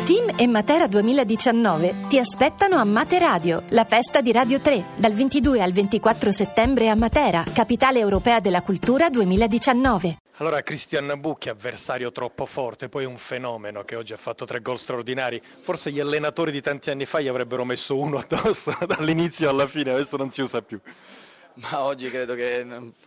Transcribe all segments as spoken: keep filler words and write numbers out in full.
Team e Matera duemiladiciannove ti aspettano a Materadio, la festa di Radio tre, dal ventidue al ventiquattro settembre a Matera, capitale europea della cultura duemiladiciannove. Allora Christian Bucchi, avversario troppo forte, poi un fenomeno che oggi ha fatto tre gol straordinari. Forse gli allenatori di tanti anni fa gli avrebbero messo uno addosso dall'inizio alla fine, adesso non si usa più. Ma oggi credo che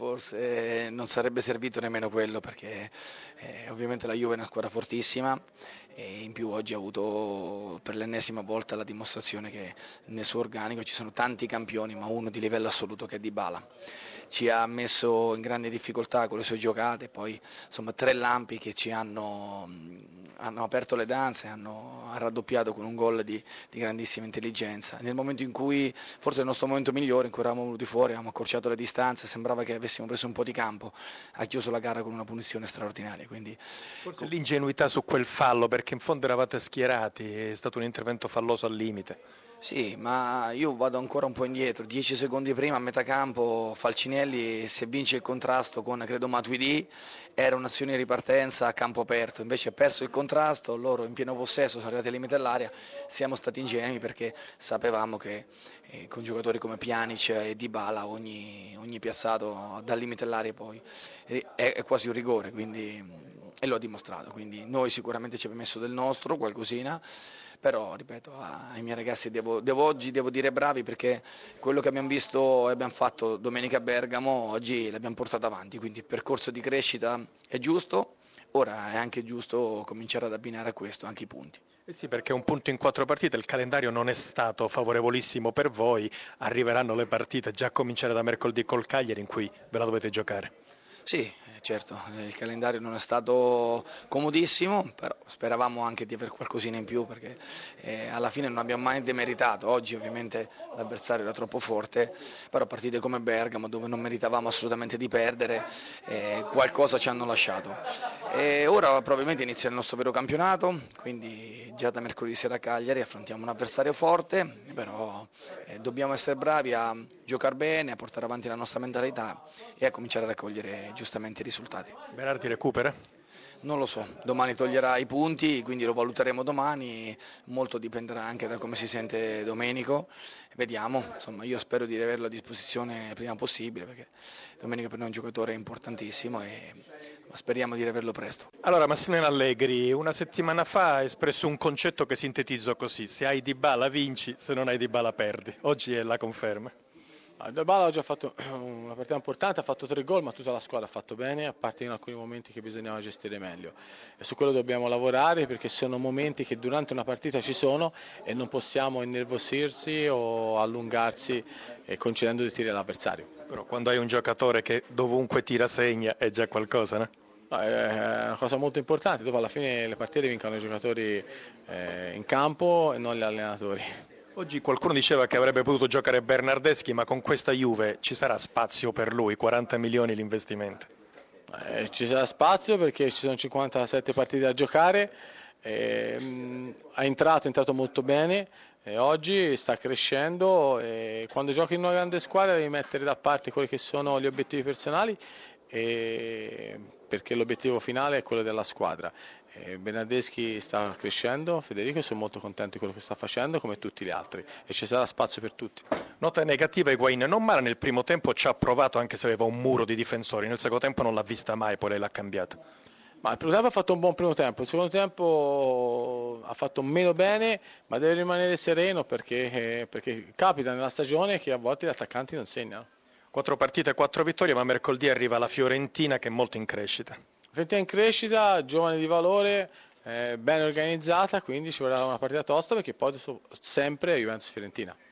forse non sarebbe servito nemmeno quello, perché eh, ovviamente la Juve è una squadra fortissima e in più oggi ha avuto per l'ennesima volta la dimostrazione che nel suo organico ci sono tanti campioni, ma uno di livello assoluto che è Dybala. Ci ha messo in grande difficoltà con le sue giocate, poi insomma tre lampi che ci hanno, hanno aperto le danze, hanno ha raddoppiato con un gol di, di grandissima intelligenza. Nel momento in cui, forse il nostro momento migliore, in cui eravamo venuti fuori, avevamo accorciato le distanze, sembrava che avessimo preso un po' di campo, ha chiuso la gara con una punizione straordinaria. Quindi, forse l'ingenuità su quel fallo, perché in fondo eravate schierati, è stato un intervento falloso al limite. Sì, ma io vado ancora un po' indietro, dieci secondi prima a metà campo Falcinelli, se vince il contrasto con credo Matuidi, era un'azione di ripartenza a campo aperto, invece ha perso il contrasto, loro in pieno possesso sono arrivati al limite dell'area, siamo stati ingenui perché sapevamo che eh, con giocatori come Pjanic e Dybala ogni, ogni piazzato dal limite dell'area poi è, è quasi un rigore, quindi, e lo ha dimostrato, quindi noi sicuramente ci abbiamo messo del nostro, qualcosina. Però, ripeto, ai miei ragazzi devo, devo oggi devo dire bravi, perché quello che abbiamo visto e abbiamo fatto domenica a Bergamo, oggi l'abbiamo portato avanti, quindi il percorso di crescita è giusto, ora è anche giusto cominciare ad abbinare a questo anche i punti. Eh sì, perché un punto in quattro partite, il calendario non è stato favorevolissimo per voi, arriveranno le partite già a cominciare da mercoledì col Cagliari in cui ve la dovete giocare. Sì, certo, il calendario non è stato comodissimo, però speravamo anche di avere qualcosina in più, perché eh, alla fine non abbiamo mai demeritato. Oggi ovviamente l'avversario era troppo forte, però partite come Bergamo, dove non meritavamo assolutamente di perdere, eh, qualcosa ci hanno lasciato. E ora probabilmente inizia il nostro vero campionato, quindi già da mercoledì sera a Cagliari affrontiamo un avversario forte, però eh, dobbiamo essere bravi a giocare bene, a portare avanti la nostra mentalità e a cominciare a raccogliere giustamente i risultati. Berardi recupera? Non lo so, domani toglierà i punti, quindi lo valuteremo domani, molto dipenderà anche da come si sente Domenico, vediamo, insomma io spero di averlo a disposizione il prima possibile, perché Domenico per noi è un giocatore importantissimo e speriamo di averlo presto. Allora Massimiliano Allegri una settimana fa ha espresso un concetto che sintetizzo così: se hai Dybala vinci, se non hai Dybala perdi. Oggi è la conferma. Dybala oggi ha fatto una partita importante, ha fatto tre gol, ma tutta la squadra ha fatto bene, a parte in alcuni momenti che bisognava gestire meglio. E su quello dobbiamo lavorare, perché sono momenti che durante una partita ci sono e non possiamo innervosirsi o allungarsi eh, concedendo dei tiri all'avversario. Però quando hai un giocatore che dovunque tira segna è già qualcosa, no? No, è una cosa molto importante, dopo alla fine le partite vincono i giocatori eh, in campo e non gli allenatori. Oggi qualcuno diceva che avrebbe potuto giocare Bernardeschi, ma con questa Juve ci sarà spazio per lui, quaranta milioni l'investimento? Eh, ci sarà spazio perché ci sono cinquantasette partite da giocare, eh, mh, è entrato, è entrato molto bene, e oggi sta crescendo e quando giochi in una grande squadra devi mettere da parte quelli che sono gli obiettivi personali, e perché l'obiettivo finale è quello della squadra. Eh, Bernardeschi sta crescendo, Federico, sono molto contento di quello che sta facendo come tutti gli altri e ci sarà spazio per tutti. Nota negativa, Higuain non male nel primo tempo, ci ha provato anche se aveva un muro di difensori, nel secondo tempo non l'ha vista mai, poi lei l'ha cambiato. Ma il primo tempo ha fatto un buon primo tempo, il secondo tempo ha fatto meno bene, ma deve rimanere sereno perché, eh, perché capita nella stagione che a volte gli attaccanti non segnano. Quattro partite, quattro vittorie, ma mercoledì arriva la Fiorentina che è molto in crescita. Fiorentina in crescita, giovane di valore, eh, ben organizzata, quindi ci vorrà una partita tosta perché poi sempre Juventus-Fiorentina.